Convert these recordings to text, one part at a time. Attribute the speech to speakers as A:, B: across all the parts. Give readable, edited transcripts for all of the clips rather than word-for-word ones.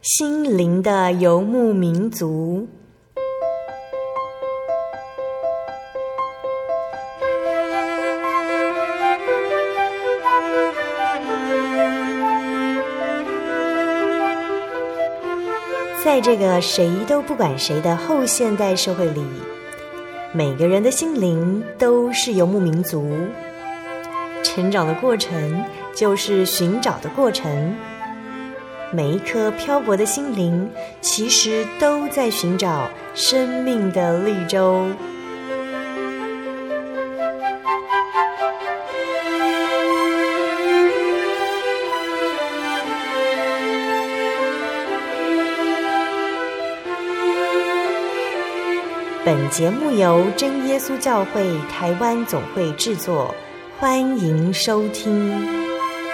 A: 心灵的游牧民族。在这个谁都不管谁的后现代社会里，每个人的心灵都是游牧民族。成长的过程就是寻找的过程，每一颗漂泊的心灵其实都在寻找生命的绿洲。本节目由真耶稣教会台湾总会制作，欢迎收听。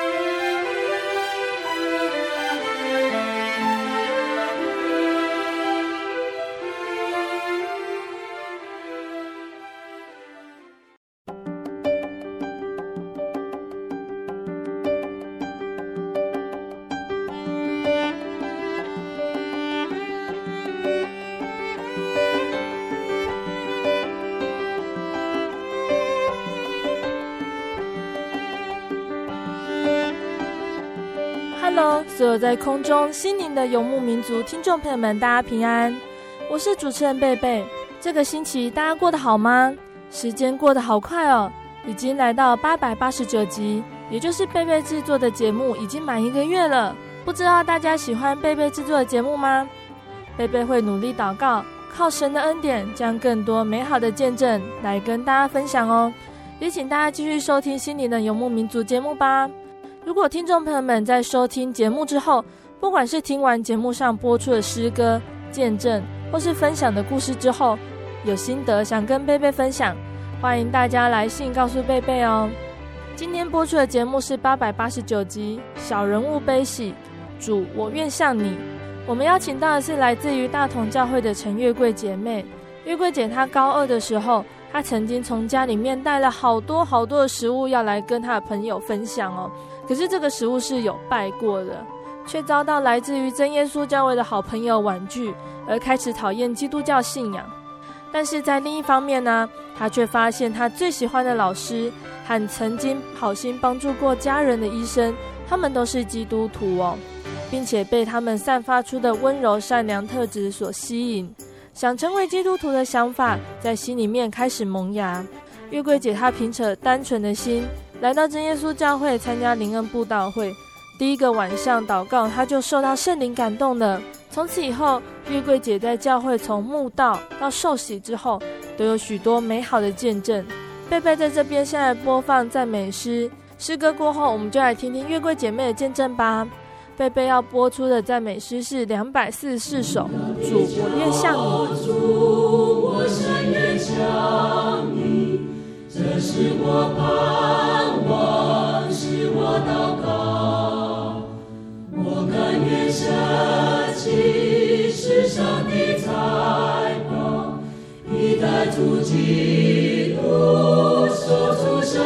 B: Hello， 所有在空中心灵的游牧民族听众朋友们，大家平安，我是主持人贝贝。这个星期大家过得好吗？时间过得好快哦，已经来到889集，也就是贝贝制作的节目已经满1个月了。不知道大家喜欢贝贝制作的节目吗？贝贝会努力祷告，靠神的恩典，将更多美好的见证来跟大家分享哦。也请大家继续收听心灵的游牧民族节目吧。如果听众朋友们在收听节目之后，不管是听完节目上播出的诗歌、见证，或是分享的故事之后，有心得想跟贝贝分享，欢迎大家来信告诉贝贝哦。今天播出的节目是889集小人物悲喜，主我愿像你。我们邀请到的是来自于大同教会的陈月桂姐妹。月桂姐她高2的时候，她曾经从家里面带了好多的食物要来跟她的朋友分享哦。可是这个食物是有拜过的，却遭到来自于真耶稣教会的好朋友婉拒，而开始讨厌基督教信仰。但是在另一方面呢，他却发现他最喜欢的老师和曾经好心帮助过家人的医生，他们都是基督徒哦，并且被他们散发出的温柔善良特质所吸引，想成为基督徒的想法在心里面开始萌芽。月桂姐她凭着单纯的心来到真耶稣教会参加灵恩布道会，第一个晚上祷告，她就受到圣灵感动了。从此以后，月桂姐在教会从慕道到受洗之后，都有许多美好的见证。贝贝在这边现在播放赞美诗，诗歌过后，我们就来听听月桂姐妹的见证吧。贝贝要播出的赞美诗是244首，主我愿像你。
C: 主我深愿像你，这是我盼望，是我祷告。我甘愿舍弃世上的财宝，以代主基督受主圣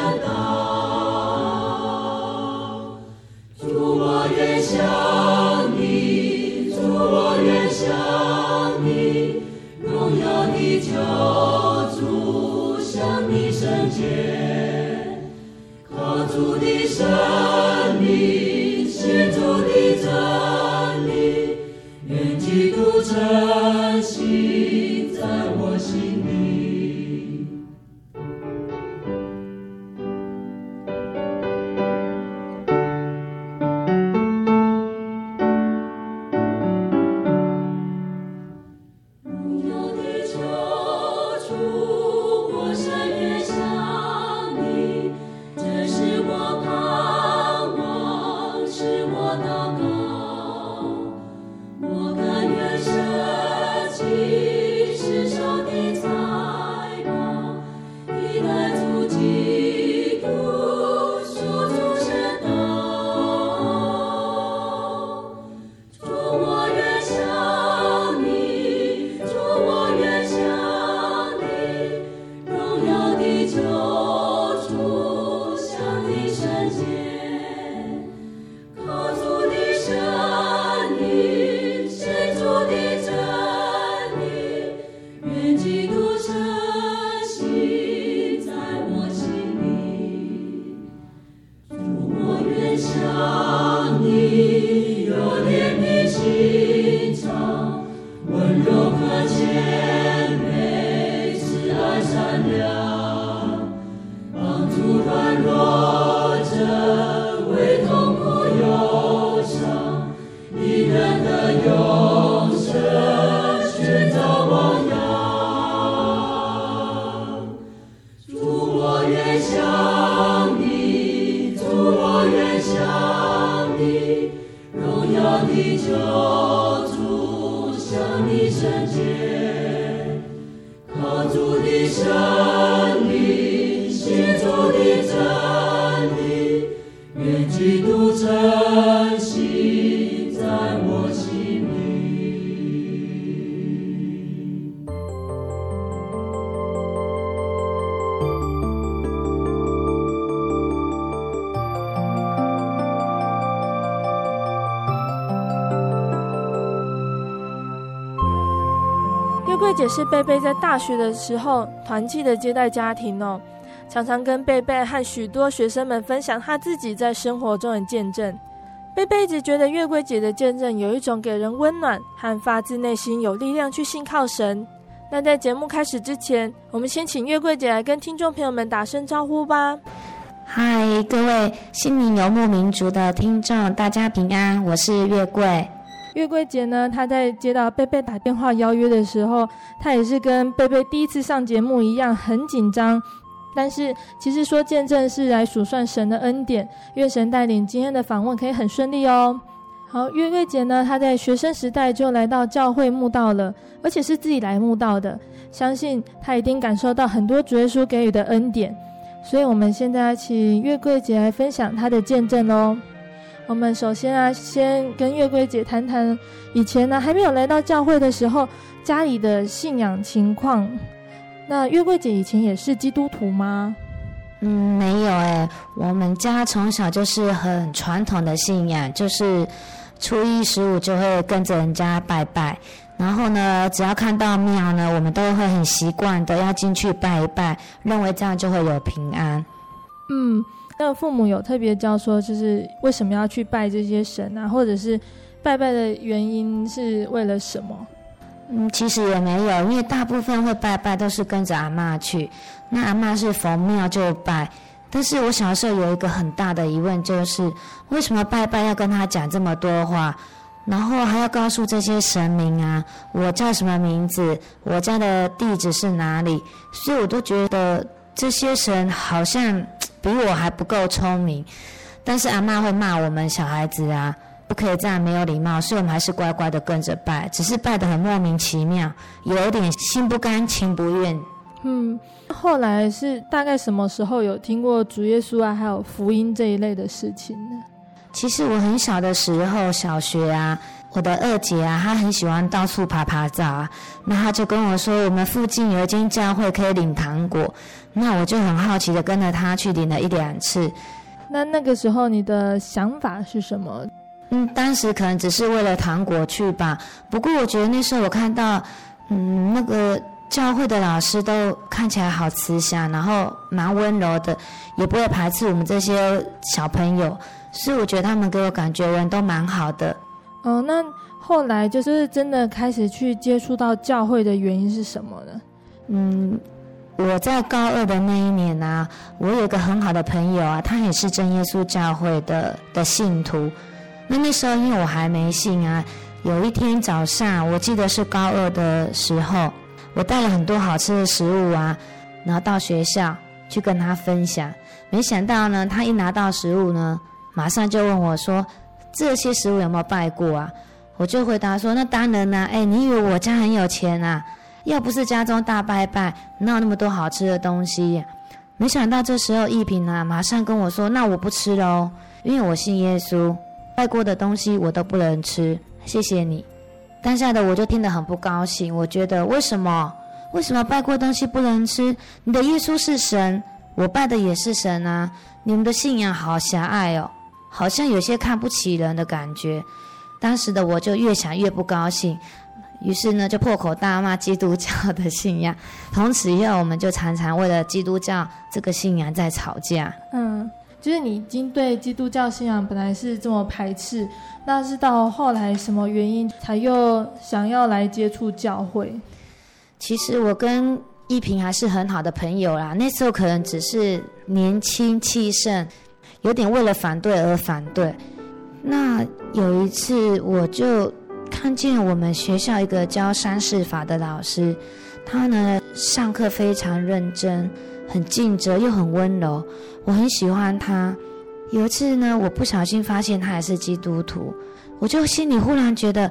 C: 道。主我愿像你，主我愿像你，荣耀的救主向你圣洁，靠主的生命，信主的真理，愿基督真心在我心里。 圣洁，靠主的生命，信主的真理，愿基督晨曦在我心里。
B: 月桂姐是贝贝在大学的时候团契的接待家庭哦，常常跟贝贝和许多学生们分享她自己在生活中的见证。贝贝一直觉得月桂姐的见证有一种给人温暖和发自内心有力量去信靠神。那在节目开始之前，我们先请月桂姐来跟听众朋友们打声招呼吧。
D: 嗨，各位心灵游牧民族的听众，大家平安，我是月桂。
B: 月桂姐呢，她在接到贝贝打电话邀约的时候，她也是跟贝贝第一次上节目一样很紧张，但是其实说见证是来数算神的恩典，愿神带领今天的访问可以很顺利哦。好，月桂姐呢，她在学生时代就来到教会慕道了，而且是自己来慕道的，相信她一定感受到很多主耶稣给予的恩典，所以我们现在请月桂姐来分享她的见证咯。我们首先先跟月桂姐谈谈以前呢还没有来到教会的时候家里的信仰情况。那月桂姐以前也是基督徒吗？
D: 没有我们家从小就是很传统的信仰，就是初一15就会跟着人家拜拜，然后呢只要看到庙呢，我们都会很习惯的要进去拜一拜，认为这样就会有平安。
B: 那父母有特别教说就是为什么要去拜这些神啊，或者是拜拜的原因是为了什么？
D: 其实也没有，因为大部分会拜拜都是跟着阿嬷去，那阿嬷是逢庙就拜。但是我小时候有一个很大的疑问，就是为什么拜拜要跟他讲这么多话，然后还要告诉这些神明啊，我叫什么名字，我家的地址是哪里，所以我都觉得这些神好像比我还不够聪明。但是阿嬷会骂我们小孩子啊，不可以这样没有礼貌，所以我们还是乖乖的跟着拜，只是拜得很莫名其妙，有点心不甘情不愿。
B: 后来是大概什么时候有听过主耶稣啊还有福音这一类的事情呢？
D: 其实我很小的时候，小学啊，我的二姐啊，她很喜欢到处爬爬照啊，那她就跟我说我们附近有一间教会可以领糖果，那我就很好奇的跟着她去领了1-2次。
B: 那个时候你的想法是什么？
D: 当时可能只是为了糖果去吧，不过我觉得那时候我看到那个教会的老师都看起来好慈祥，然后蛮温柔的，也不会排斥我们这些小朋友，所以我觉得他们给我感觉人都蛮好的。
B: 那后来就是真的开始去接触到教会的原因是什么呢？
D: 我在高2的那一年啊，我有一个很好的朋友啊，他也是真耶稣教会的信徒。那时候因为我还没信啊，有一天早上，我记得是高2的时候，我带了很多好吃的食物啊，然后到学校去跟他分享。没想到呢，他一拿到食物呢，马上就问我说，这些食物有没有拜过啊？我就回答说，那当然啦，你以为我家很有钱啊？要不是家中大拜拜，哪有那么多好吃的东西？没想到这时候义平啊，马上跟我说，那我不吃咯，因为我信耶稣，拜过的东西我都不能吃，谢谢你。当下的我就听得很不高兴，我觉得为什么拜过的东西不能吃？你的耶稣是神，我拜的也是神啊，你们的信仰好狭隘哦，好像有些看不起人的感觉。当时的我就越想越不高兴，于是呢就破口大骂基督教的信仰。从此以后我们就常常为了基督教这个信仰在吵架。
B: 就是你已经对基督教信仰本来是这么排斥，那是到后来什么原因才又想要来接触教会？
D: 其实我跟义平还是很好的朋友啦，那时候可能只是年轻气盛，有点为了反对而反对。那有一次我就看见我们学校一个教三世法的老师，他呢上课非常认真，很尽责又很温柔，我很喜欢他。有一次呢，我不小心发现他也是基督徒，我就心里忽然觉得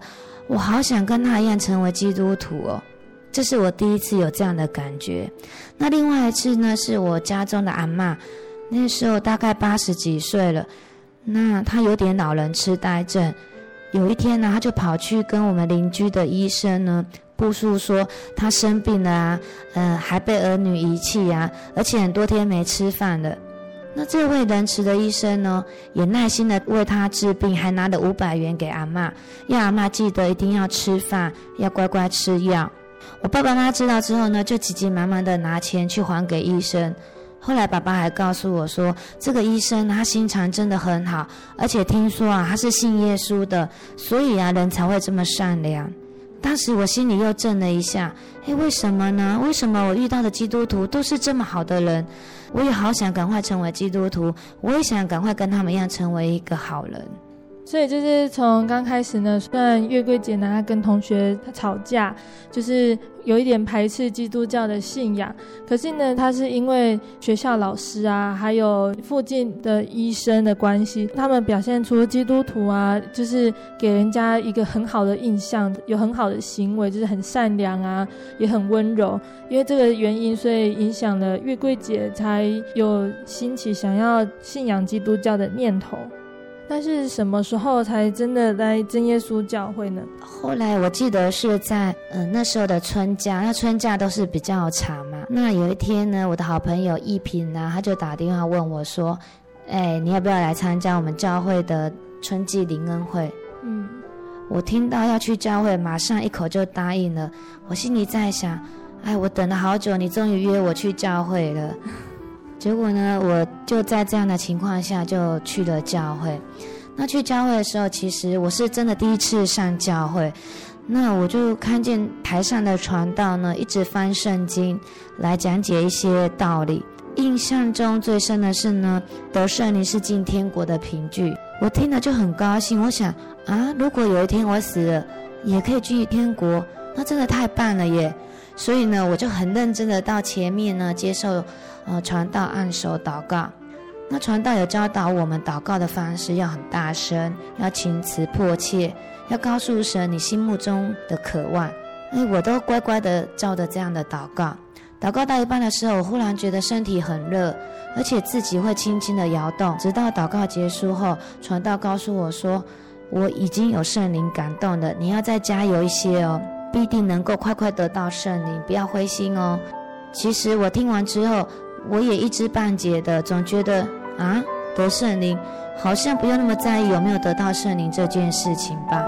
D: 我好想跟他一样成为基督徒哦。这是我第一次有这样的感觉。那另外一次呢，是我家中的阿嬷，那时候大概80几岁了，那她有点老人痴呆症。有一天呢，她就跑去跟我们邻居的医生呢步诉说她生病了啊，还被儿女遗弃啊，而且很多天没吃饭了。那这位仁慈的医生呢，也耐心的为他治病，还拿了500元给阿嬷，要阿嬷记得一定要吃饭，要乖乖吃药。我爸爸妈妈知道之后呢，就急急忙忙的拿钱去还给医生。后来爸爸还告诉我说，这个医生他心肠真的很好，而且听说啊他是信耶稣的，所以啊人才会这么善良。当时我心里又震了一下，为什么呢？为什么我遇到的基督徒都是这么好的人？我也好想赶快成为基督徒，我也想赶快跟他们一样成为一个好人。
B: 所以就是从刚开始呢，虽然月桂姐呢她跟同学吵架，就是有一点排斥基督教的信仰，可是呢她是因为学校老师啊还有附近的医生的关系，他们表现出基督徒啊就是给人家一个很好的印象，有很好的行为，就是很善良啊，也很温柔。因为这个原因，所以影响了月桂姐才有兴起想要信仰基督教的念头。但是什么时候才真的来真耶稣教会呢？
D: 后来我记得是在那时候的春假，那春假都是比较长嘛。那有一天呢，我的好朋友一平呢，他就打电话问我说：“你要不要来参加我们教会的春季灵恩会？”我听到要去教会，马上一口就答应了。我心里在想，我等了好久，你终于约我去教会了。结果呢，我就在这样的情况下就去了教会。那去教会的时候，其实我是真的第一次上教会。那我就看见台上的传道呢，一直翻圣经来讲解一些道理。印象中最深的是呢，得圣灵是进天国的凭据。我听了就很高兴，我想如果有一天我死了，也可以去天国，那真的太棒了耶！所以呢，我就很认真的到前面呢接受传道按手祷告。那传道有教导我们祷告的方式要很大声，要情辞迫切，要告诉神你心目中的渴望。我都乖乖的照着这样的祷告。祷告到一半的时候，我忽然觉得身体很热，而且自己会轻轻的摇动。直到祷告结束后，传道告诉我说，我已经有圣灵感动了，你要再加油一些哦，必定能够快快得到圣灵，不要灰心哦。其实我听完之后，我也一知半解的，总觉得得圣灵好像不用那么在意有没有得到圣灵这件事情吧。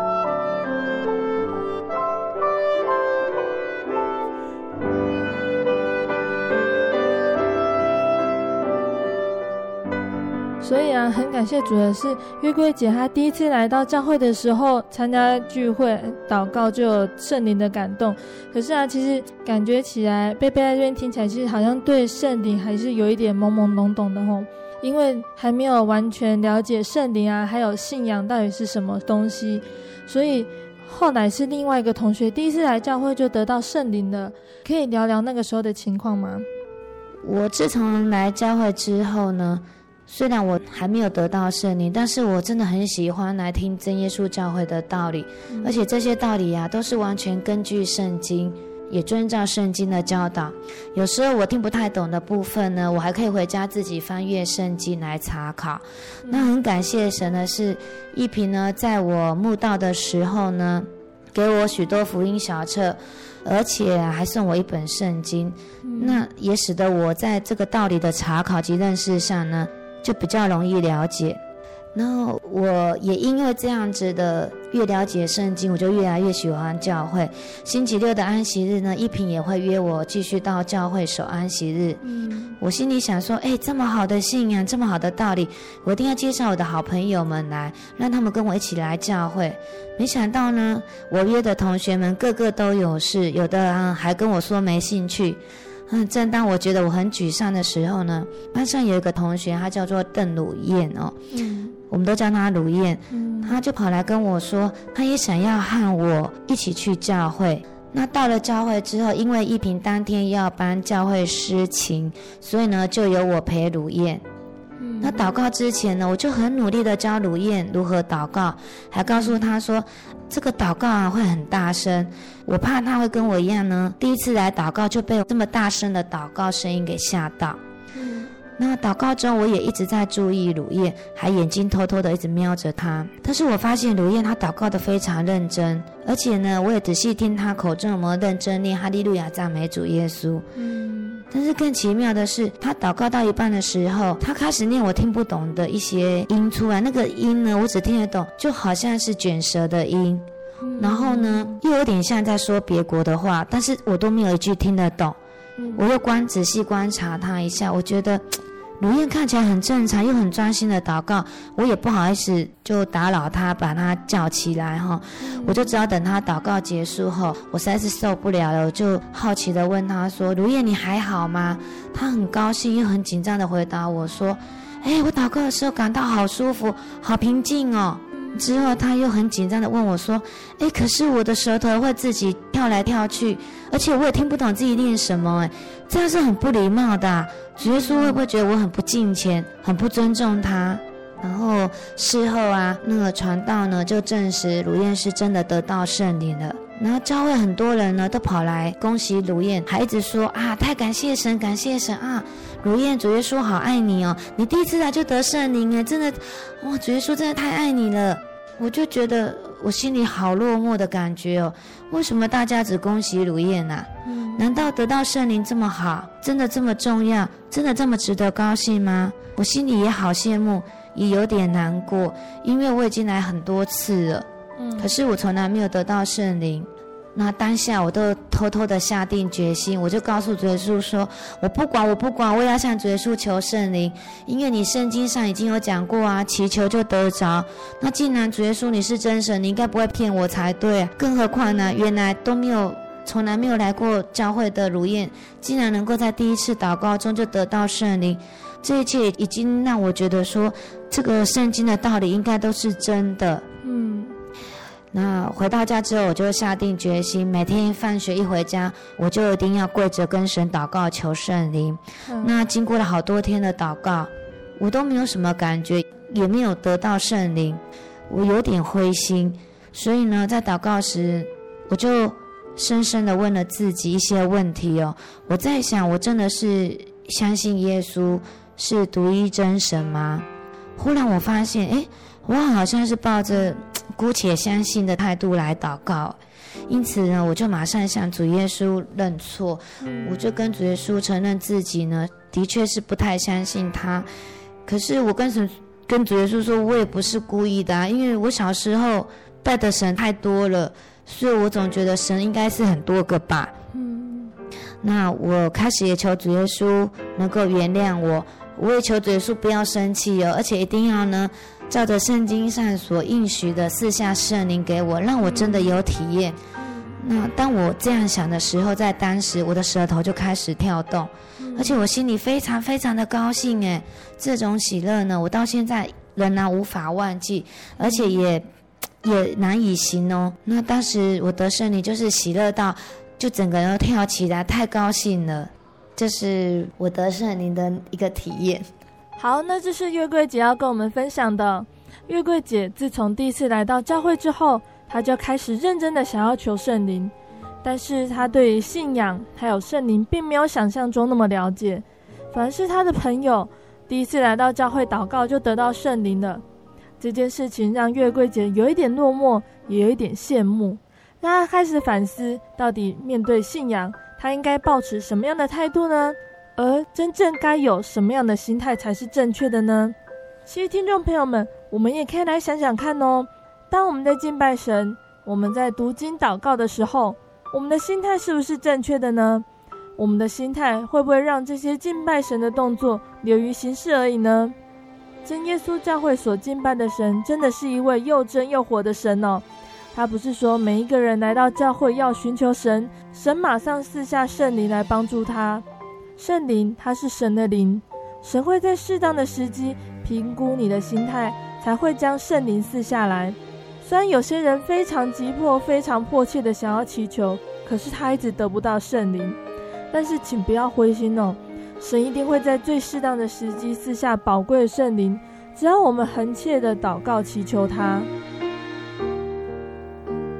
B: 所以很感谢主的是，月桂姐她第一次来到教会的时候参加聚会祷告就有圣灵的感动。可是其实感觉起来贝贝在这边听起来，其实好像对圣灵还是有一点懵懵懂懂的吼，因为还没有完全了解圣灵还有信仰到底是什么东西。所以后来是另外一个同学第一次来教会就得到圣灵了，可以聊聊那个时候的情况吗？
D: 我自从来教会之后呢，虽然我还没有得到圣灵，但是我真的很喜欢来听真耶稣教会的道理，而且这些道理都是完全根据圣经，也遵照圣经的教导。有时候我听不太懂的部分呢，我还可以回家自己翻阅圣经来查考。那很感谢神的是，一平呢在我慕道的时候呢，给我许多福音小册，而且还送我一本圣经。那也使得我在这个道理的查考及认识上呢，就比较容易了解。然后我也因为这样子的越了解圣经，我就越来越喜欢教会。星期六的安息日呢，一平也会约我继续到教会守安息日。我心里想说，这么好的信仰，这么好的道理，我一定要介绍我的好朋友们来，让他们跟我一起来教会。没想到呢，我约的同学们个个都有事，有的还跟我说没兴趣。正当我觉得我很沮丧的时候呢，班上有一个同学，他叫做邓鲁燕我们都叫他鲁燕。他就跑来跟我说，他也想要和我一起去教会。那到了教会之后，因为一平当天要帮教会司琴，所以呢就由我陪鲁燕。那祷告之前呢，我就很努力的教鲁燕如何祷告，还告诉他说， 这个祷告啊会很大声，我怕他会跟我一样呢，第一次来祷告就被这么大声的祷告声音给吓到。那祷告中我也一直在注意鲁燕，还眼睛偷偷的一直瞄着他，但是我发现鲁燕他祷告的非常认真，而且呢我也仔细听他口中有没有认真念哈利路亚赞美主耶稣。但是更奇妙的是，他祷告到一半的时候，他开始念我听不懂的一些音出来，那个音呢我只听得懂，就好像是卷舌的音，然后呢又有点像在说别国的话，但是我都没有一句听得懂。我又仔细观察他一下，我觉得鲁燕看起来很正常又很专心的祷告，我也不好意思就打扰他，把他叫起来哈。我就只好等他祷告结束后，我实在是受不了了，我就好奇的问他说：鲁燕你还好吗？他很高兴又很紧张的回答我说：我祷告的时候感到好舒服好平静哦。之后他又很紧张的问我说：可是我的舌头会自己跳来跳去，而且我也听不懂自己念什么，这样是很不礼貌的啊，主耶稣会不会觉得我很不敬虔，很不尊重他？然后事后啊，那个传道呢就证实鲁燕是真的得到圣灵了。然后教会很多人呢都跑来恭喜鲁燕，还一直说啊，太感谢神感谢神啊，鲁燕主耶稣好爱你哦，你第一次来就得圣灵真的哇，主耶稣真的太爱你了。我就觉得我心里好落寞的感觉哦，为什么大家只恭喜鲁燕啊？难道得到圣灵这么好，真的这么重要，真的这么值得高兴吗？我心里也好羡慕，也有点难过，因为我已经来很多次了，可是我从来没有得到圣灵。那当下我都偷偷的下定决心，我就告诉主耶稣说，我不管，我也要向主耶稣求圣灵，因为你圣经上已经有讲过啊，祈求就得着。那既然主耶稣你是真神，你应该不会骗我才对，更何况呢，原来从来没有来过教会的鲁燕，竟然能够在第一次祷告中就得到圣灵，这一切已经让我觉得说，这个圣经的道理应该都是真的。那回到家之后，我就下定决心，每天放学一回家，我就一定要跪着跟神祷告求圣灵。那经过了好多天的祷告，我都没有什么感觉，也没有得到圣灵，我有点灰心。所以呢，在祷告时，我就深深的问了自己一些问题哦。我在想，我真的是相信耶稣是独一真神吗？忽然我发现，我好像是抱着姑且相信的态度来祷告，因此呢，我就马上向主耶稣认错，我就跟主耶稣承认自己呢，的确是不太相信他。可是我跟主耶稣说，我也不是故意的啊，因为我小时候拜的神太多了，所以我总觉得神应该是很多个吧。那我开始也求主耶稣能够原谅我，我也求主耶稣不要生气哦，而且一定要呢照着圣经上所应许的赐下圣灵给我，让我真的有体验。那当我这样想的时候，在当时我的舌头就开始跳动，而且我心里非常非常的高兴这种喜乐呢，我到现在仍然无法忘记，而且也难以形容。那当时我得圣灵就是喜乐到就整个人都跳起来，太高兴了，这是我得圣灵的一个体验。
B: 好，那这是月桂姐要跟我们分享的。月桂姐自从第一次来到教会之后，她就开始认真的想要求圣灵，但是她对于信仰还有圣灵并没有想象中那么了解，反而是她的朋友第一次来到教会祷告就得到圣灵了。这件事情让月桂姐有一点落寞，也有一点羡慕，让她开始反思，到底面对信仰她应该抱持什么样的态度呢？而真正该有什么样的心态才是正确的呢？其实听众朋友们，我们也可以来想想看哦，当我们在敬拜神，我们在读经祷告的时候，我们的心态是不是正确的呢？我们的心态会不会让这些敬拜神的动作流于形式而已呢？真耶稣教会所敬拜的神真的是一位又真又活的神哦，他不是说每一个人来到教会要寻求神，神马上赐下圣灵来帮助他。圣灵它是神的灵，神会在适当的时机评估你的心态，才会将圣灵赐下来。虽然有些人非常急迫非常迫切的想要祈求，可是他一直得不到圣灵，但是请不要灰心哦，神一定会在最适当的时机赐下宝贵的圣灵，只要我们恒切的祷告祈求他。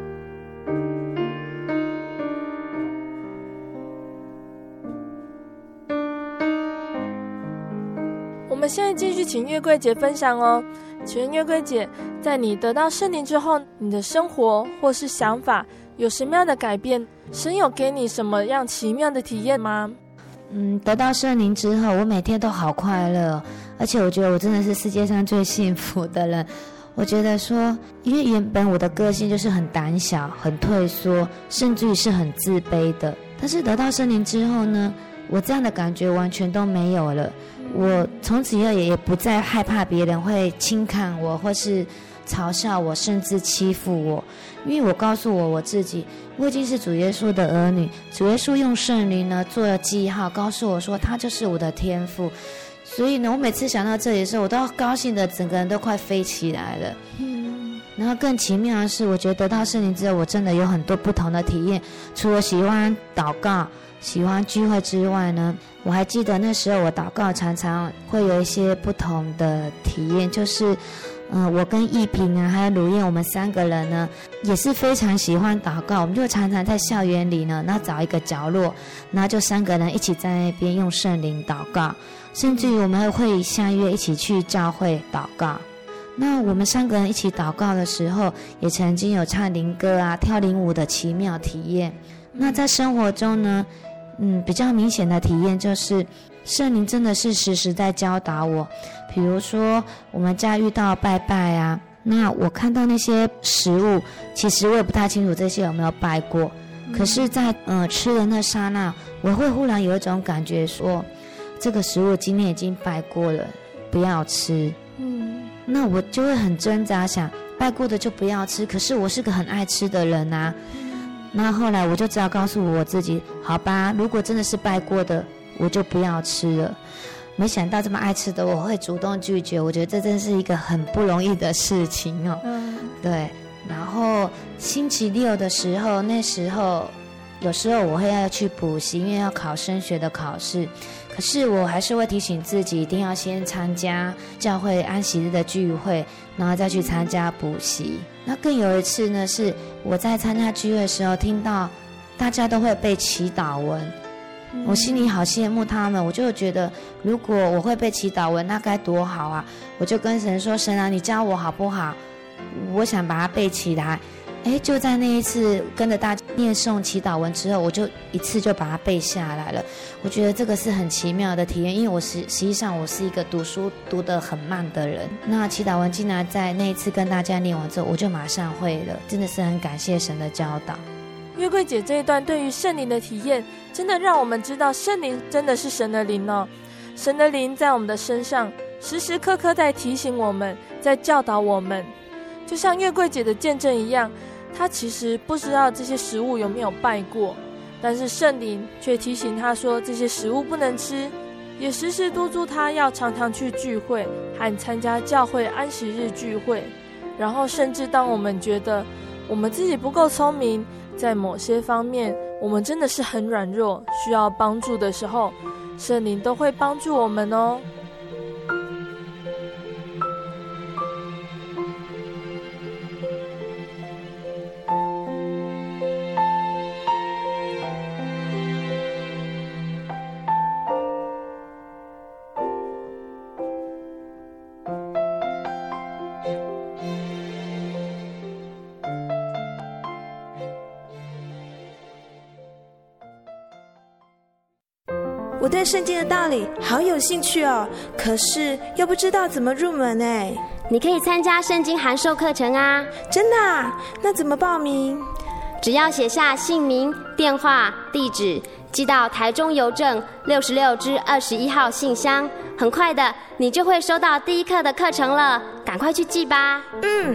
B: 们现在继续请月桂姐分享哦。请问月桂姐，在你得到圣灵之后，你的生活或是想法有什么样的改变？神有给你什么样奇妙的体验吗？
D: 得到圣灵之后，我每天都好快乐，而且我觉得我真的是世界上最幸福的人。我觉得说，因为原本我的个性就是很胆小、很退缩，甚至于是很自卑的。但是得到圣灵之后呢，我这样的感觉完全都没有了。我从此以后也不再害怕别人会轻看我，或是嘲笑我，甚至欺负我。因为我告诉我自己，我已经是主耶稣的儿女，主耶稣用圣灵呢做了记号，告诉我说他就是我的天父。所以呢，我每次想到这里的时候，我都高兴的整个人都快飞起来了。然后更奇妙的是，我觉得得到圣灵之后，我真的有很多不同的体验。除了喜欢祷告、喜欢聚会之外呢，我还记得那时候我祷告常常会有一些不同的体验，就是我跟义平啊还有鲁燕，我们3个人呢也是非常喜欢祷告，我们就常常在校园里呢，然后找一个角落，然后就3个人一起在那边用圣灵祷告，甚至于我们会相约一起去教会祷告。那我们3个人一起祷告的时候，也曾经有唱灵歌啊、跳灵舞的奇妙体验。那在生活中呢，比较明显的体验就是圣灵真的是时时在教导我。比如说我们家遇到拜拜啊，那我看到那些食物，其实我也不太清楚这些有没有拜过，可是在吃的那刹那，我会忽然有一种感觉说，这个食物今天已经拜过了，不要吃。那我就会很挣扎，想拜过的就不要吃，可是我是个很爱吃的人啊。那后来我就只好告诉我自己，好吧，如果真的是拜过的，我就不要吃了。没想到这么爱吃的我会主动拒绝，我觉得这真是一个很不容易的事情哦。对。然后星期六的时候，那时候有时候我会要去补习，因为要考升学的考试，可是我还是会提醒自己一定要先参加教会安息日的聚会，然后再去参加补习。那更有一次呢，是我在参加聚会的时候听到大家都会背祈祷文，我心里好羡慕他们，我就觉得如果我会背祈祷文那该多好啊。我就跟神说，神啊，你教我好不好，我想把它背起来。就在那一次跟着大家念诵祈祷文之后，我就一次就把它背下来了。我觉得这个是很奇妙的体验，因为实际上我是一个读书读得很慢的人，那祈祷文竟然在那一次跟大家念完之后，我就马上会了，真的是很感谢神的教导。
B: 月桂姐这一段对于圣灵的体验，真的让我们知道圣灵真的是神的灵哦。神的灵在我们的身上时时刻刻在提醒我们，在教导我们，就像月桂姐的见证一样，她其实不知道这些食物有没有拜过，但是圣灵却提醒她说这些食物不能吃，也时时督促她要常常去聚会和参加教会安息日聚会。然后甚至当我们觉得我们自己不够聪明，在某些方面我们真的是很软弱，需要帮助的时候，圣灵都会帮助我们哦。
E: 我对圣经的道理好有兴趣哦，可是又不知道怎么入门哎。
F: 你可以参加圣经函授课程啊。
E: 真的啊？那怎么报名？
F: 只要写下姓名、电话、地址，寄到台中邮政66支21号信箱，很快的你就会收到第一课的课程了，赶快去寄吧。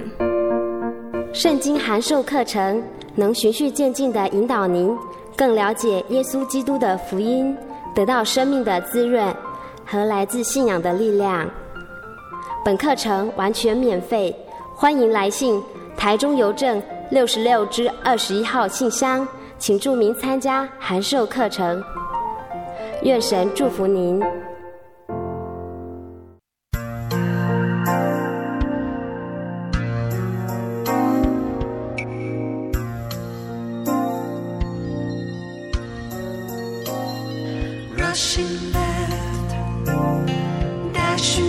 F: 圣经函授课程能循序渐进地引导您更了解耶稣基督的福音，得到生命的滋润和来自信仰的力量。本课程完全免费，欢迎来信台中邮政66支21号信箱，请注明参加函授课程。愿神祝福您。
C: Rushing left, dashing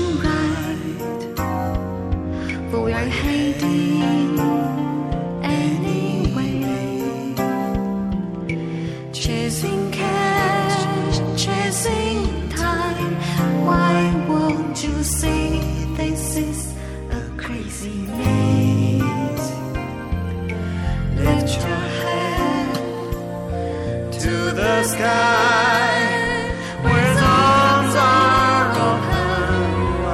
C: sky, where his arms are open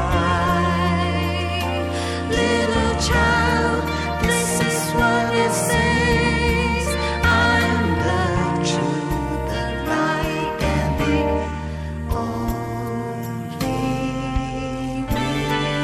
C: wide. Little child, this is what it says. I'm the truth, the light, and the only way.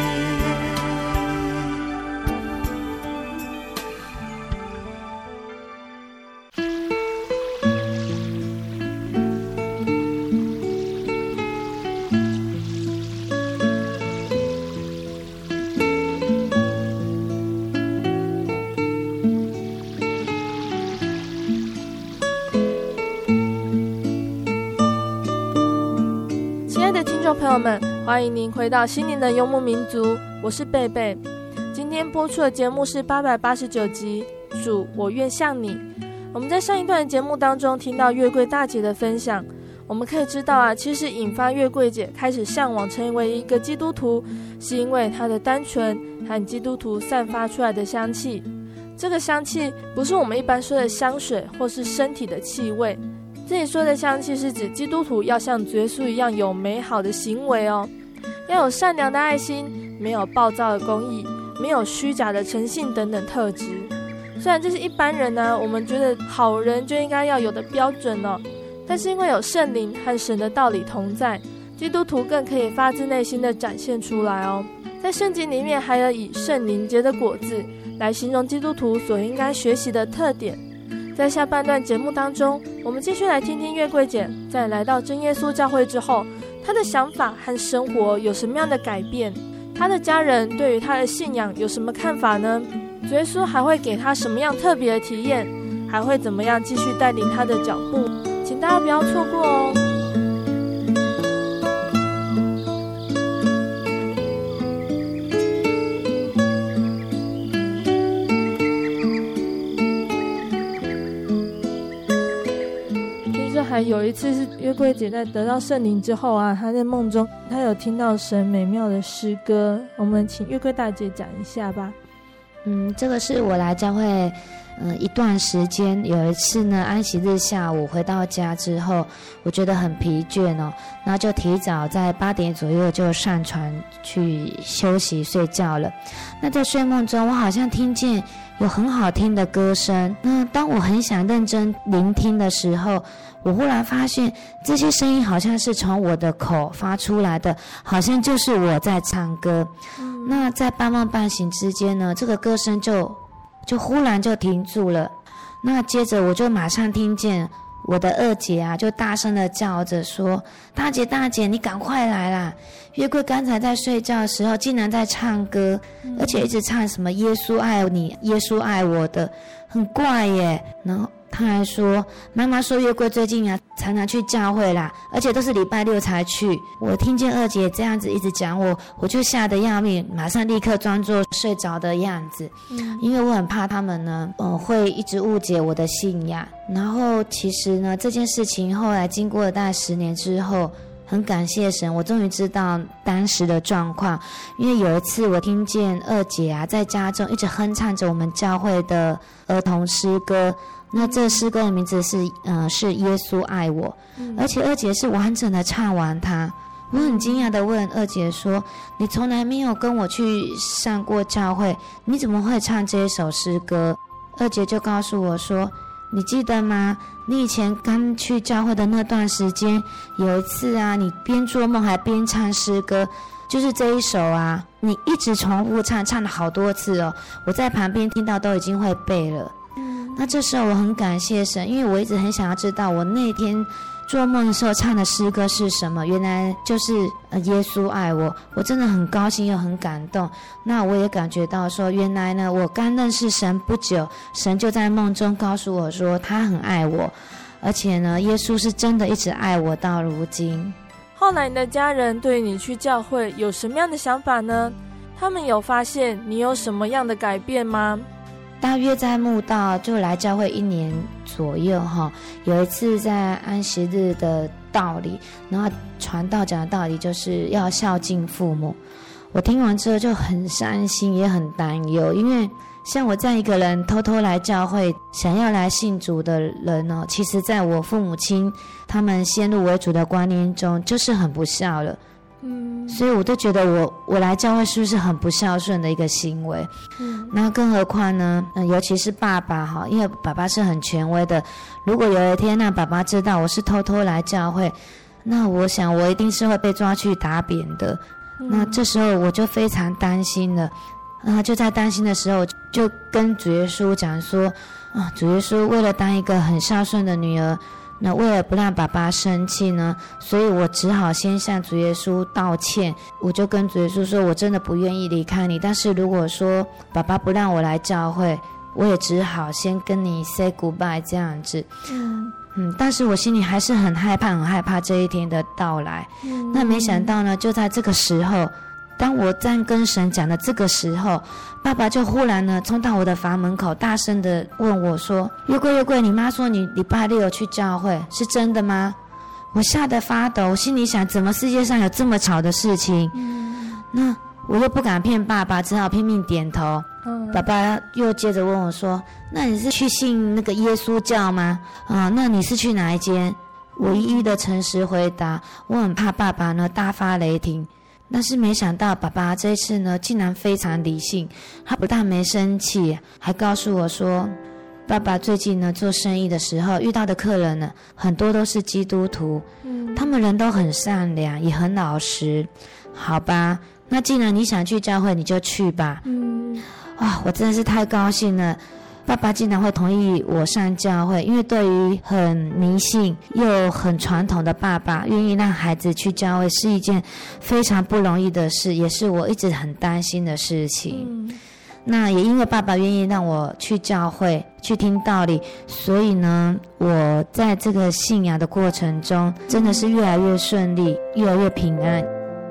B: 朋友们，欢迎您回到心灵的游牧民族，我是贝贝。今天播出的节目是889集主，我愿像你。我们在上一段的节目当中听到月桂大姐的分享，我们可以知道啊，其实引发月桂姐开始向往成为一个基督徒，是因为她的单纯和基督徒散发出来的香气。这个香气不是我们一般说的香水或是身体的气味，这里说的香气是指基督徒要像耶稣一样有美好的行为哦，要有善良的爱心，没有暴躁的公义，没有虚假的诚信等等特质。虽然这是一般人呢，我们觉得好人就应该要有的标准哦，但是因为有圣灵和神的道理同在，基督徒更可以发自内心的展现出来哦。在圣经里面还有以圣灵结的果子来形容基督徒所应该学习的特点。在下半段节目当中，我们继续来听听月桂姐在来到真耶稣教会之后，她的想法和生活有什么样的改变，她的家人对于她的信仰有什么看法呢？主耶稣还会给她什么样特别的体验，还会怎么样继续带领她的脚步，请大家不要错过哦。还有一次是月桂姐在得到圣灵之后啊，她在梦中她有听到神美妙的诗歌，我们请月桂大姐讲一下吧。
D: 这个是我来教会一段时间，有一次呢，安息日下午回到家之后，我觉得很疲倦哦，然后就提早在8点左右就上床去休息睡觉了。那在睡梦中，我好像听见有很好听的歌声。那当我很想认真聆听的时候，我忽然发现这些声音好像是从我的口发出来的，好像就是我在唱歌。那在半梦半醒之间呢，这个歌声就忽然就停住了。那接着我就马上听见我的二姐啊，就大声的叫着说：大姐大姐，你赶快来啦！月桂刚才在睡觉的时候竟然在唱歌，而且一直唱什么耶稣爱你，耶稣爱我的，很怪耶。然后他还说，妈妈说月桂最近啊常常去教会啦，而且都是礼拜六才去。我听见二姐这样子一直讲我就吓得要命，马上立刻装作睡着的样子，因为我很怕他们呢会一直误解我的信仰。然后其实呢，这件事情后来经过了大概10年之后，很感谢神，我终于知道当时的状况。因为有一次我听见二姐啊在家中一直哼唱着我们教会的儿童诗歌，那这诗歌的名字是耶稣爱我，而且二姐是完整的唱完它。我很惊讶的问二姐说，你从来没有跟我去上过教会，你怎么会唱这一首诗歌？二姐就告诉我说，你记得吗？你以前刚去教会的那段时间，有一次啊，你边做梦还边唱诗歌，就是这一首啊，你一直重复唱了好多次哦，我在旁边听到都已经会背了。那这时候我很感谢神，因为我一直很想要知道我那天做梦的时候唱的诗歌是什么，原来就是耶稣爱我，我真的很高兴又很感动。那我也感觉到说，原来呢我刚认识神不久，神就在梦中告诉我说他很爱我，而且呢耶稣是真的一直爱我到如今。
B: 后来你的家人对你去教会有什么样的想法呢？他们有发现你有什么样的改变吗？
D: 大约在慕道就来教会1年左右哈，有一次在安息日的道理，然后传道讲的道理就是要孝敬父母。我听完之后就很伤心也很担忧，因为像我这样一个人偷偷来教会想要来信主的人哦，其实在我父母亲他们先入为主的观念中就是很不孝了。所以我都觉得我来教会是不是很不孝顺的一个行为。那更何况呢，尤其是爸爸哈，因为爸爸是很权威的，如果有一天让爸爸知道我是偷偷来教会，那我想我一定是会被抓去打扁的。那这时候我就非常担心了。就在担心的时候，就跟主耶稣讲说主耶稣，为了当一个很孝顺的女儿，那为了不让爸爸生气呢，所以我只好先向主耶稣道歉。我就跟主耶稣说，我真的不愿意离开你，但是如果说爸爸不让我来教会，我也只好先跟你 say goodbye 这样子。但是我心里还是很害怕这一天的到来。那没想到呢，就在这个时候，当我这样跟神讲的这个时候，爸爸就忽然呢冲到我的房门口，大声的问我说，月桂，你妈说你礼拜六有去教会，是真的吗？我吓得发抖，心里想，怎么世界上有这么巧的事情？那我又不敢骗爸爸，只好拼命点头。爸爸又接着问我说，那你是去信那个耶稣教吗？那你是去哪一间？我一一的诚实回答，我很怕爸爸呢大发雷霆。但是没想到爸爸这次呢竟然非常理性，他不但没生气，还告诉我说，爸爸最近呢做生意的时候遇到的客人呢很多都是基督徒，他们人都很善良也很老实。好吧，那既然你想去教会，你就去吧。我真的是太高兴了，爸爸竟然会同意我上教会，因为对于很迷信又很传统的爸爸，愿意让孩子去教会是一件非常不容易的事，也是我一直很担心的事情。那也因为爸爸愿意让我去教会去听道理，所以呢，我在这个信仰的过程中真的是越来越顺利，越来越平安。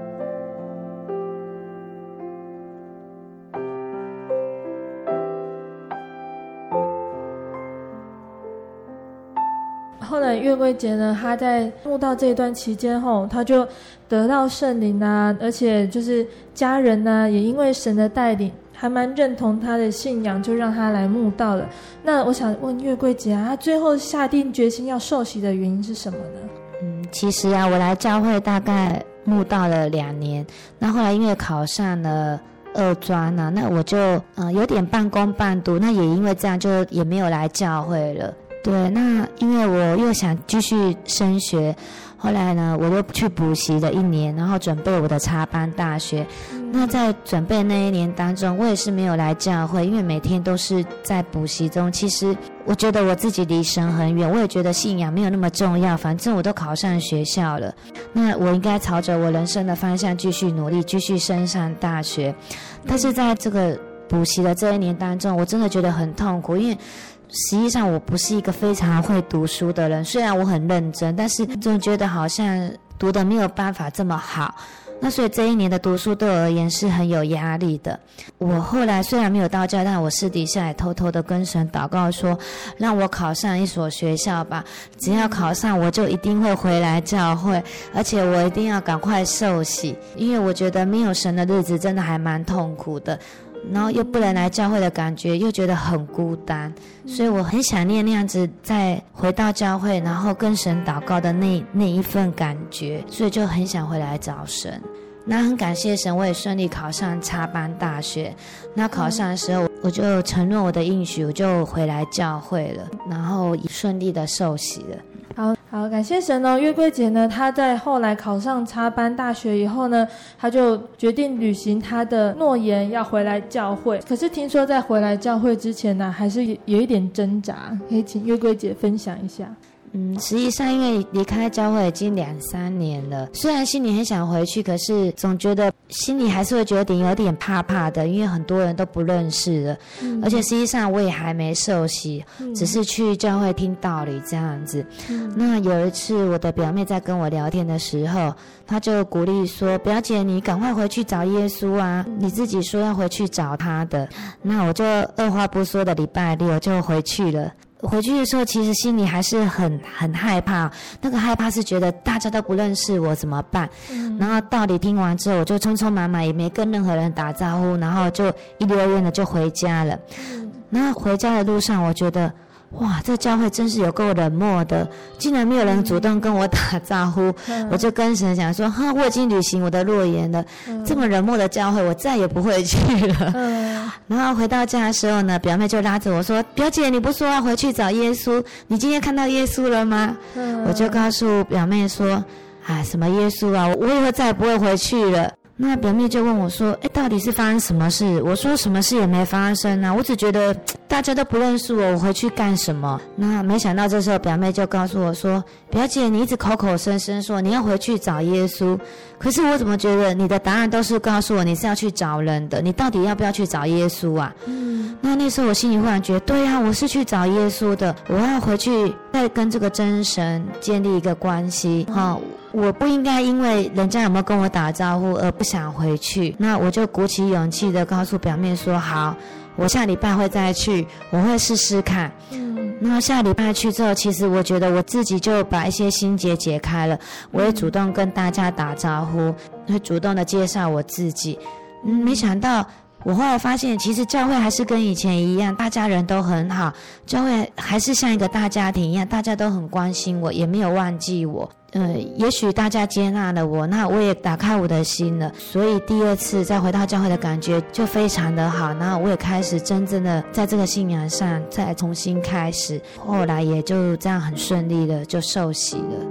B: 后来月桂姐呢，她在慕道这一段期间后，她就得到圣灵啊，而且就是家人呢，也因为神的带领，还蛮认同她的信仰，就让她来慕道了。那我想问月桂姐啊，她最后下定决心要受洗的原因是什么呢？
D: 其实我来教会大概慕道了2年，那后来因为考上了2专啊，那我就有点半工半读，那也因为这样就也没有来教会了。对，那因为我又想继续升学，后来呢我又去补习了1年，然后准备我的插班大学。那在准备那1年当中，我也是没有来教会，因为每天都是在补习中。其实我觉得我自己离神很远，我也觉得信仰没有那么重要，反正我都考上学校了，那我应该朝着我人生的方向继续努力，继续升上大学。但是在这个补习的这1年当中，我真的觉得很痛苦，因为实际上我不是一个非常会读书的人，虽然我很认真，但是总觉得好像读的没有办法这么好。那所以这1年的读书对我而言是很有压力的。我后来虽然没有到教，但我私底下也偷偷的跟神祷告说，让我考上一所学校吧，只要考上我就一定会回来教会，而且我一定要赶快受洗，因为我觉得没有神的日子真的还蛮痛苦的，然后又不能来教会的感觉，又觉得很孤单，所以我很想念那样子再回到教会，然后跟神祷告的那一份感觉，所以就很想回来找神。那很感谢神，我也顺利考上插班大学。那考上的时候，我就承诺我的应许，我就回来教会了，然后顺利的受洗了。
B: 好，感谢神哦。月桂姐呢，她在后来考上插班大学以后呢，她就决定履行她的诺言，要回来教会。可是听说在回来教会之前呢，还是有一点挣扎，可以请月桂姐分享一下。
D: 实际上因为离开教会已经2-3年了，虽然心里很想回去，可是总觉得心里还是会觉得有点怕怕的，因为很多人都不认识了，而且实际上我也还没受洗，只是去教会听道理这样子。那有一次我的表妹在跟我聊天的时候，她就鼓励说，表姐你赶快回去找耶稣啊，你自己说要回去找他的。那我就二话不说的礼拜六就回去了。 回去的时候，其实心里还是很害怕。那个害怕是觉得大家都不认识我怎么办？然后道理听完之后，我就匆匆忙忙也没跟任何人打招呼，然后就一溜烟的就回家了。然后回家的路上，我觉得哇，这教会真是有够冷漠的，竟然没有人主动跟我打招呼。我就跟神讲说，我已经履行我的诺言了，这么冷漠的教会我再也不会去了。然后回到家的时候呢，表妹就拉着我说，表姐，你不说要回去找耶稣，你今天看到耶稣了吗？我就告诉表妹说，什么耶稣啊，我以后再也不会回去了。那表妹就问我说，到底是发生什么事？我说什么事也没发生啊，我只觉得大家都不认识我回去干什么？那没想到这时候表妹就告诉我说，表姐，你一直口口声声说你要回去找耶稣，可是我怎么觉得你的答案都是告诉我你是要去找人的，你到底要不要去找耶稣啊？那时候我心里忽然觉得，对啊，我是去找耶稣的，我要回去再跟这个真神建立一个关系我不应该因为人家有没有跟我打招呼而不想回去。那我就鼓起勇气的告诉表妹说，好，我下礼拜会再去，我会试试看。那下礼拜去之后，其实我觉得我自己就把一些心结解开了，我也主动跟大家打招呼，会主动的介绍我自己。没想到我后来发现，其实教会还是跟以前一样，大家人都很好，教会还是像一个大家庭一样，大家都很关心我，也没有忘记我。也许大家接纳了我，那我也打开我的心了，所以第二次再回到教会的感觉就非常的好，然后我也开始真正的在这个信仰上再重新开始，后来也就这样很顺利的就受洗了。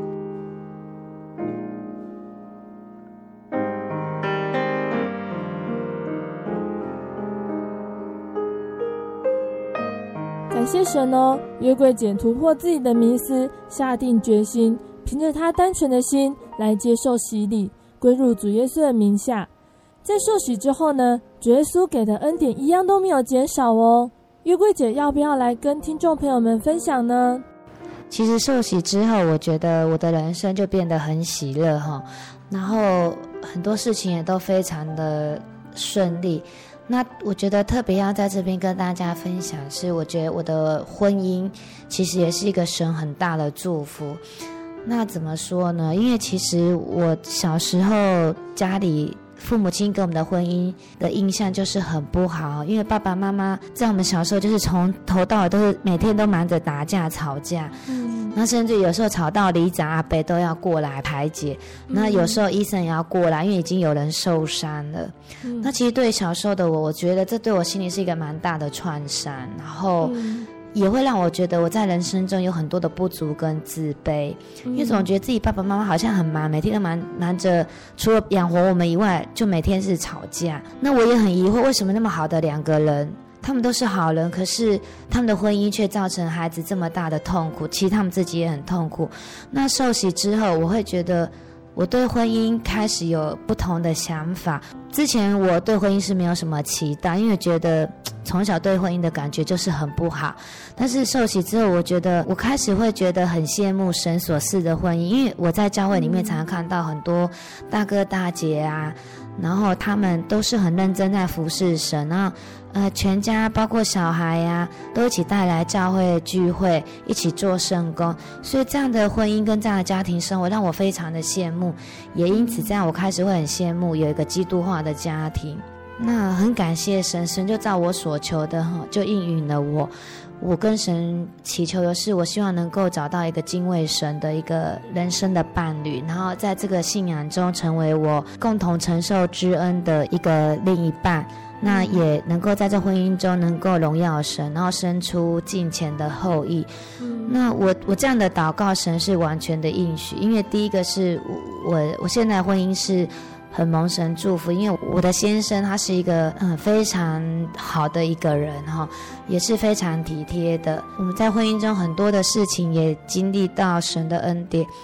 B: 感谢神哦，约柜姐突破自己的迷思，下定决心，凭着她单纯的心来接受洗礼，归入主耶稣的名下。在受洗之后呢，主耶稣给的恩典一样都没有减少哦。约柜姐要不要来跟听众朋友们分享呢？
D: 其实受洗之后，我觉得我的人生就变得很喜乐然后很多事情也都非常的顺利。那我觉得特别要在这边跟大家分享是，我觉得我的婚姻其实也是一个神很大的祝福。那怎么说呢？因为其实我小时候家里父母亲给我们的婚姻的印象就是很不好，因为爸爸妈妈在我们小时候就是从头到尾都是每天都忙着打架吵架，那甚至有时候吵到里长阿伯都要过来排解，那有时候医生也要过来，因为已经有人受伤了。那其实对小时候的我觉得这对我心里是一个蛮大的创伤，然后也会让我觉得我在人生中有很多的不足跟自卑，因为总觉得自己爸爸妈妈好像很忙，每天都忙着除了养活我们以外，就每天是吵架。那我也很疑惑，为什么那么好的两个人，他们都是好人，可是他们的婚姻却造成孩子这么大的痛苦，其实他们自己也很痛苦。那受洗之后，我会觉得我对婚姻开始有不同的想法。之前我对婚姻是没有什么期待，因为觉得从小对婚姻的感觉就是很不好。但是受洗之后，我觉得我开始会觉得很羡慕神所赐的婚姻，因为我在教会里面常常看到很多大哥大姐啊，然后他们都是很认真在服侍神，然后全家包括小孩啊都一起带来教会聚会，一起做圣工，所以这样的婚姻跟这样的家庭生活让我非常的羡慕，也因此这样我开始会很羡慕有一个基督化的家庭。那很感谢神，神就照我所求的就应允了我。我跟神祈求的是，我希望能够找到一个敬畏神的一个人生的伴侣，然后在这个信仰中成为我共同承受之恩的一个另一半，那也能够在这婚姻中能够荣耀神，然后生出敬虔的后裔。那我这样的祷告，神是完全的应许，因为第一个是我现在婚姻是很蒙神祝福，因为我的先生他是一个非常好的一个人也是非常体贴的。我们在婚姻中很多的事情也经历到神的恩典。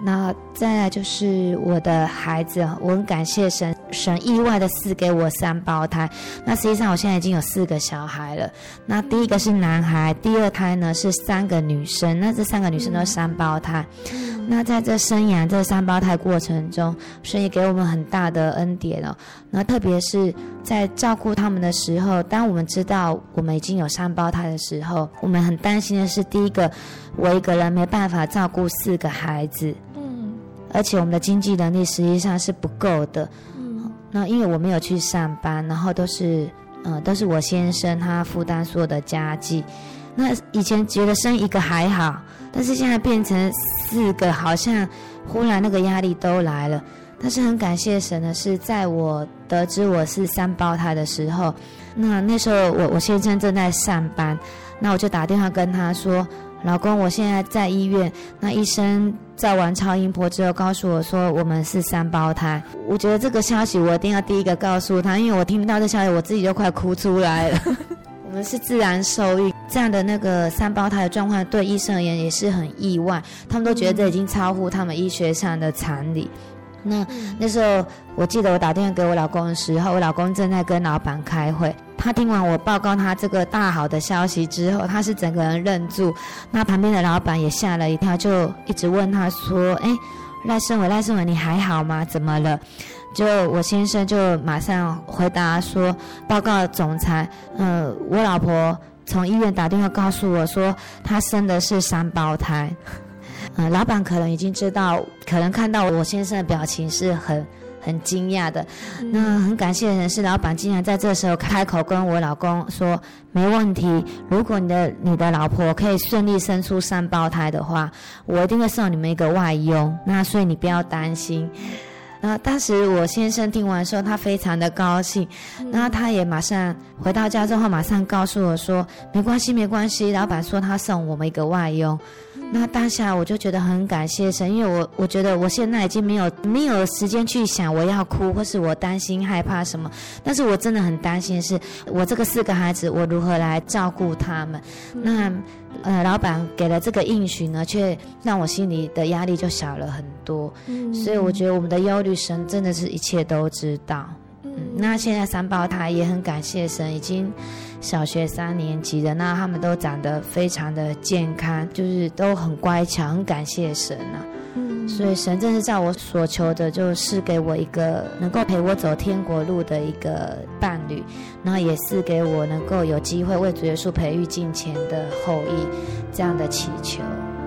D: 那再来就是我的孩子，我很感谢神，神意外的赐给我3胞胎。那实际上我现在已经有4个小孩了。那第一个是男孩，第2胎呢是3个女生。那这3个女生都是3胞胎。那在这生养这3胞胎过程中，神也给我们很大的恩典哦。那特别是在照顾他们的时候，当我们知道我们已经有3胞胎的时候，我们很担心的是，第一个，我一个人没办法照顾4个孩子。而且我们的经济能力实际上是不够的。那因为我没有去上班，然后都是我先生他负担所有的家计。那以前觉得生1个还好，但是现在变成4个，好像忽然那个压力都来了。但是很感谢神的是，在我得知我是3胞胎的时候，那时候我先生正在上班，那我就打电话跟他说，老公，我现在在医院，那医生在完超音波之后告诉我说我们是3胞胎。我觉得这个消息我一定要第一个告诉他，因为我听到这消息我自己就快哭出来了。我们是自然受孕，这样的那个3胞胎的状况对医生而言也是很意外，他们都觉得这已经超乎他们医学上的常理。那时候我记得我打电话给我老公的时候，我老公正在跟老板开会，他听完我报告他这个大好的消息之后，他是整个人愣住。那旁边的老板也吓了一跳，就一直问他说，赖胜伟你还好吗？怎么了？就我先生就马上回答说，报告总裁，我老婆从医院打电话告诉我说她生的是3胞胎。老板可能已经知道，可能看到我先生的表情是很惊讶的。那很感谢的是，老板竟然在这时候开口跟我老公说，没问题，如果你的老婆可以顺利生出3胞胎的话，我一定会送你们一个外佣，那所以你不要担心。当时我先生听完说他非常的高兴，然后他也马上回到家之后马上告诉我说，没关系，老板说他送我们一个外佣。那当下我就觉得很感谢神，因为我觉得我现在已经没有时间去想我要哭或是我担心害怕什么，但是我真的很担心的是我这个4个孩子我如何来照顾他们。那老板给了这个应许呢，却让我心里的压力就小了很多。所以我觉得我们的忧虑神真的是一切都知道。那现在3胞胎也很感谢神，已经小学3年级的，那他们都长得非常的健康，就是都很乖巧，很感谢神啊。所以神真是照我所求的，就是给我一个能够陪我走天国路的一个伴侣，然后也是给我能够有机会为主耶稣培育敬虔的后裔，这样的祈求。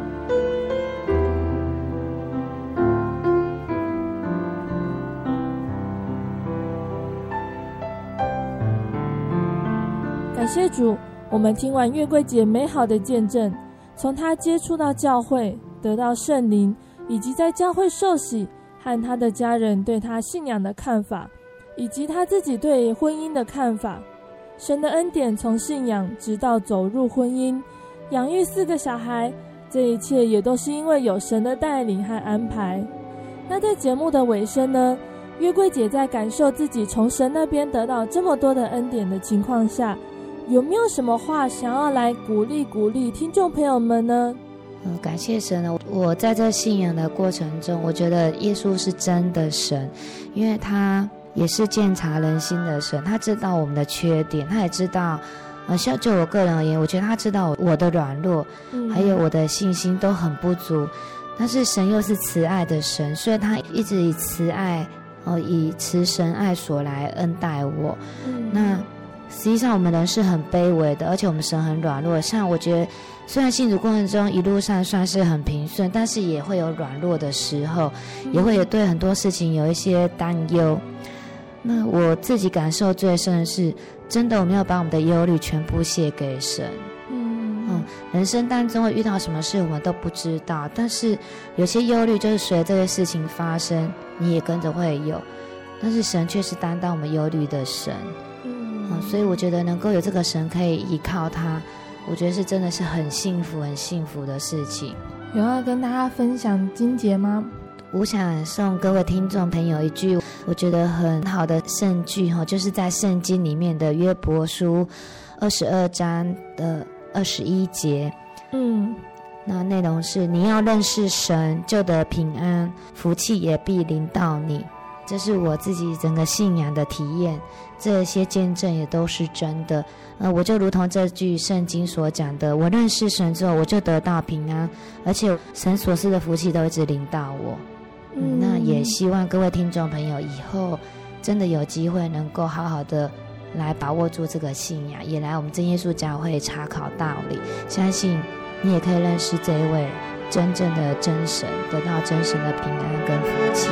B: 感谢主，我们听完月桂姐美好的见证，从她接触到教会，得到圣灵，以及在教会受洗，和她的家人对她信仰的看法，以及她自己对婚姻的看法。神的恩典从信仰直到走入婚姻，养育4个小孩，这一切也都是因为有神的带领和安排。那在节目的尾声呢，月桂姐在感受自己从神那边得到这么多的恩典的情况下，有没有什么话想要来鼓励听众朋友们呢？
D: 感谢神呢，我在这信仰的过程中，我觉得耶稣是真的神，因为他也是鉴察人心的神，他知道我们的缺点，他也知道像就我个人而言，我觉得他知道我的软弱，还有我的信心都很不足，但是神又是慈爱的神，所以他一直以慈爱以慈神爱所来恩待我。那实际上我们人是很卑微的，而且我们神很软弱。像我觉得虽然信主过程中一路上算是很平顺，但是也会有软弱的时候，也会有对很多事情有一些担忧。那我自己感受最深的是，真的我们要把我们的忧虑全部卸给神。人生当中会遇到什么事我们都不知道，但是有些忧虑就是随着这些事情发生你也跟着会有，但是神却是担当我们忧虑的神。所以我觉得能够有这个神可以依靠他，我觉得是真的是很幸福的事情。
B: 有要跟大家分享经节吗？
D: 我想送各位听众朋友一句我觉得很好的圣句，就是在圣经里面的约伯书22章的21节。 那内容是你要认识神，就得平安，福气也必临到你。这是我自己整个信仰的体验，这些见证也都是真的。我就如同这句圣经所讲的，我认识神之后，我就得到平安，而且神所赐的福气都一直临到我。那也希望各位听众朋友以后真的有机会能够好好的来把握住这个信仰，也来我们真耶稣教会查考道理，相信你也可以认识这一位真正的真神，得到真神的平安跟福气。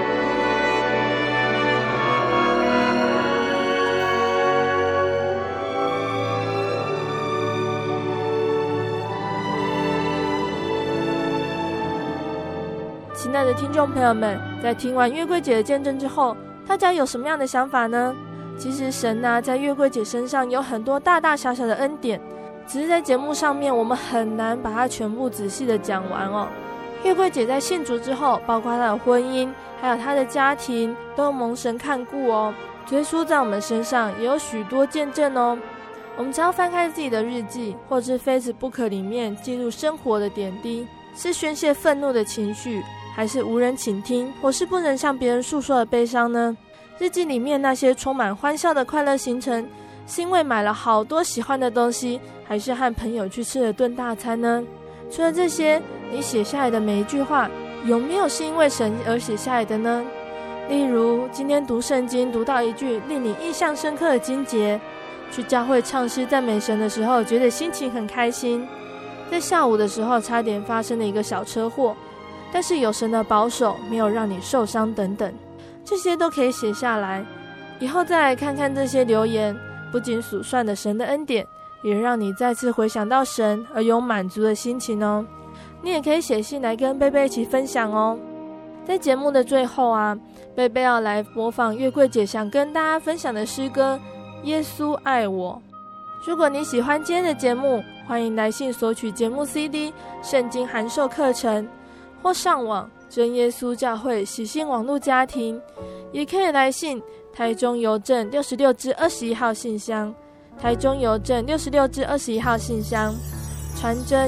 B: 亲爱的听众朋友们，在听完月桂姐的见证之后，大家有什么样的想法呢？其实神在月桂姐身上有很多大大小小的恩典，只是在节目上面我们很难把它全部仔细的讲完哦。月桂姐在信主之后，包括她的婚姻还有她的家庭都蒙神看顾哦。耶稣在我们身上也有许多见证哦。我们只要翻开自己的日记，或是 Facebook 里面记录生活的点滴，是宣泄愤怒的情绪，还是无人倾听，或是不能向别人诉说的悲伤呢？日记里面那些充满欢笑的快乐行程，是因为买了好多喜欢的东西，还是和朋友去吃了顿大餐呢？除了这些，你写下来的每一句话，有没有是因为神而写下来的呢？例如今天读圣经读到一句令你印象深刻的经节，去教会唱诗赞美神的时候觉得心情很开心，在下午的时候差点发生了一个小车祸，但是有神的保守，没有让你受伤等等，这些都可以写下来，以后再来看看这些留言，不仅数算了神的恩典，也让你再次回想到神而有满足的心情哦。你也可以写信来跟贝贝一起分享哦。在节目的最后贝贝要来播放月桂姐想跟大家分享的诗歌《耶稣爱我》。如果你喜欢今天的节目，欢迎来信索取节目 CD、圣经函授课程，或上网真耶稣教会喜信网络家庭，也可以来信台中邮政66至21号信箱，台中邮政66至21号信箱，传真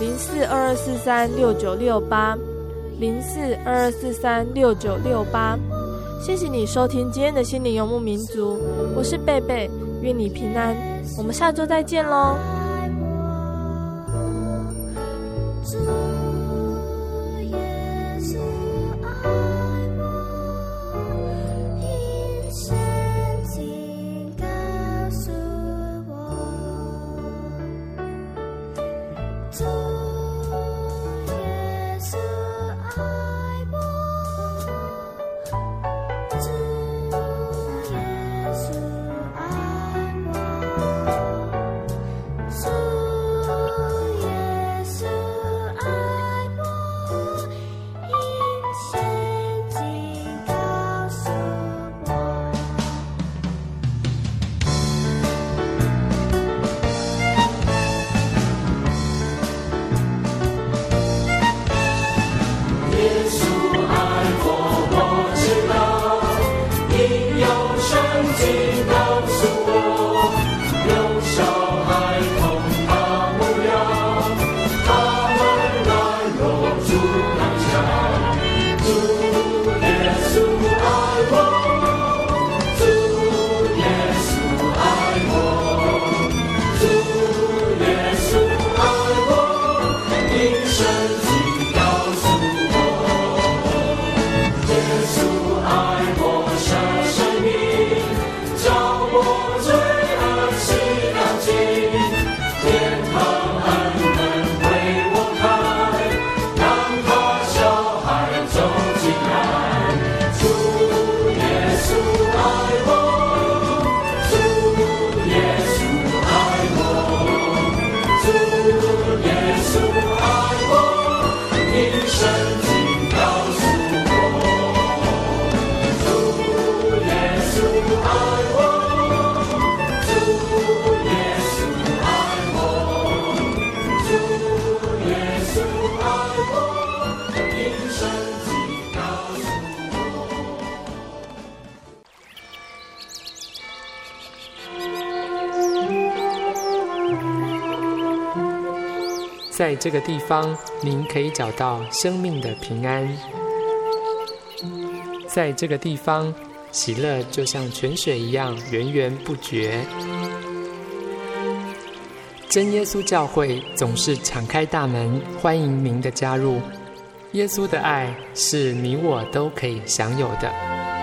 B: 0422436968 0422436968。谢谢你收听今天的心灵游牧民族，我是贝贝，愿你平安，我们下周再见咯。
G: 在这个地方，您可以找到生命的平安。在这个地方，喜乐就像泉水一样源源不绝。真耶稣教会总是敞开大门，欢迎您的加入。耶稣的爱是你我都可以享有的。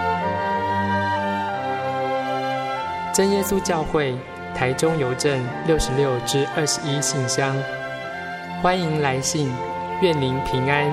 G: 真耶稣教会台中邮政66-21信箱，欢迎来信，愿您平安。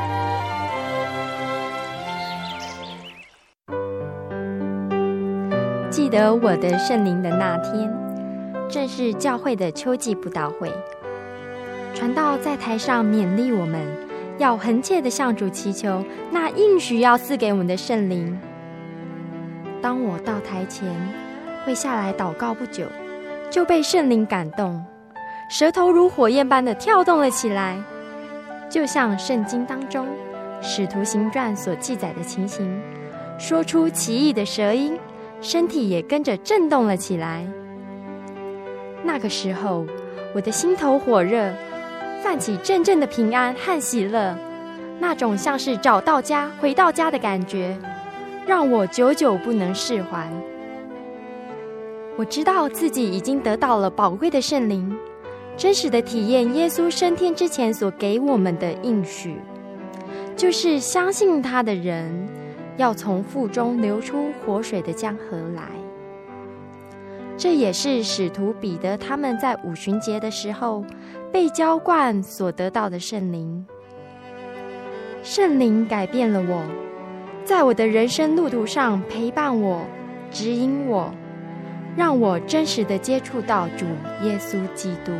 H: 记得我的圣灵的那天，正是教会的秋季布道会。传道在台上勉励我们，要恒切地向主祈求那应许要赐给我们的圣灵。当我到台前会下来祷告不久，就被圣灵感动，舌头如火焰般的跳动了起来，就像圣经当中使徒行传所记载的情形，说出奇异的舌音，身体也跟着震动了起来。那个时候，我的心头火热，泛起阵阵的平安和喜乐，那种像是找到家、回到家的感觉，让我久久不能释怀。我知道自己已经得到了宝贵的圣灵，真实的体验耶稣升天之前所给我们的应许，就是相信他的人要从腹中流出活水的江河来。这也是使徒彼得他们在五旬节的时候被浇灌所得到的圣灵。圣灵改变了我，在我的人生路途上陪伴我、指引我，让我真实地接触到主耶稣基督。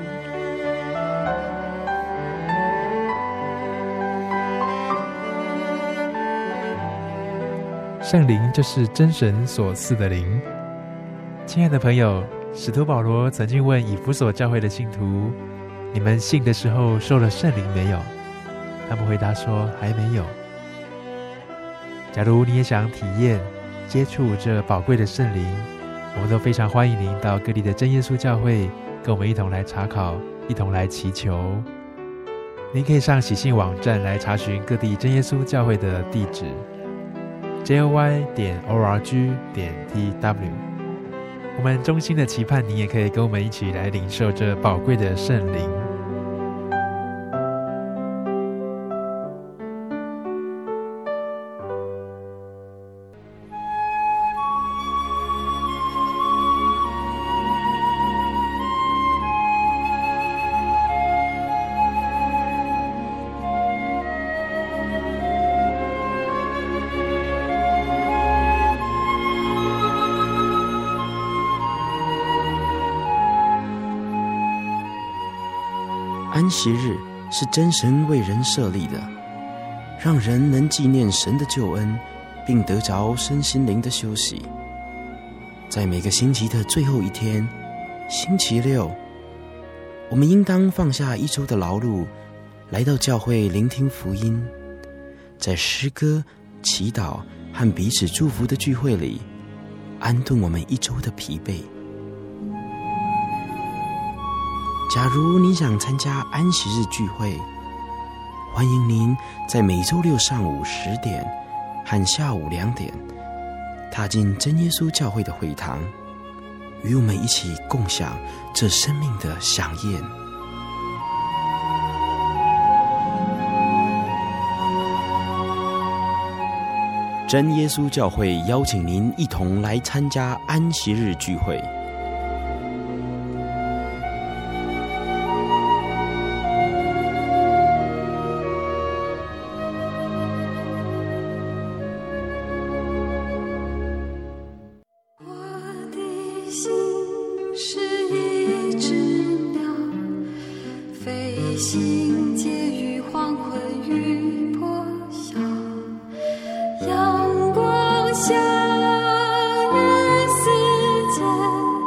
I: 圣灵就是真神所赐的灵。亲爱的朋友，使徒保罗曾经问以弗所教会的信徒，你们信的时候受了圣灵没有？他们回答说还没有。假如你也想体验接触这宝贵的圣灵，我们都非常欢迎您到各地的真耶稣教会跟我们一同来查考，一同来祈求。您可以上喜信网站来查询各地真耶稣教会的地址 joy.org.tw。 我们衷心的期盼您也可以跟我们一起来领受这宝贵的圣灵。
J: 安息日是真神为人设立的，让人能纪念神的救恩，并得着身心灵的休息。在每个星期的最后一天，星期六，我们应当放下一周的劳碌，来到教会聆听福音，在诗歌、祈祷和彼此祝福的聚会里，安顿我们一周的疲惫。假如你想参加安息日聚会，欢迎您在每周六上午10点和下午2点踏进真耶稣教会的会堂，与我们一起共享这生命的飨宴。真耶稣教会邀请您一同来参加安息日聚会。
C: 星介于黄昏与破晓，阳光下日思间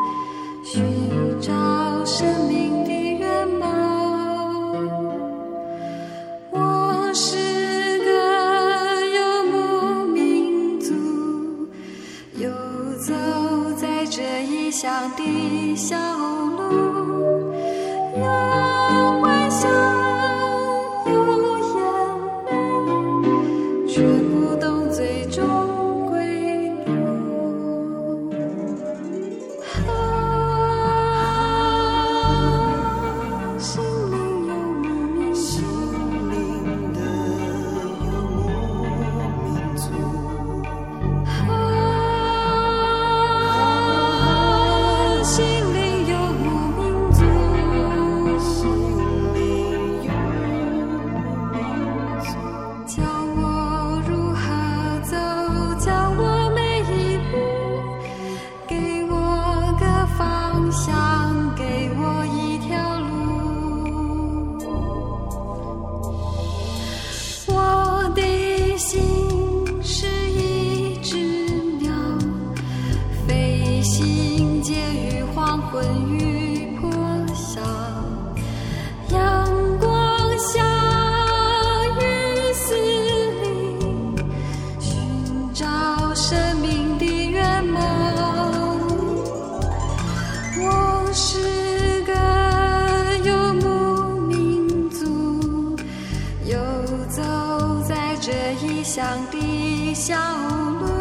C: 异乡的小路。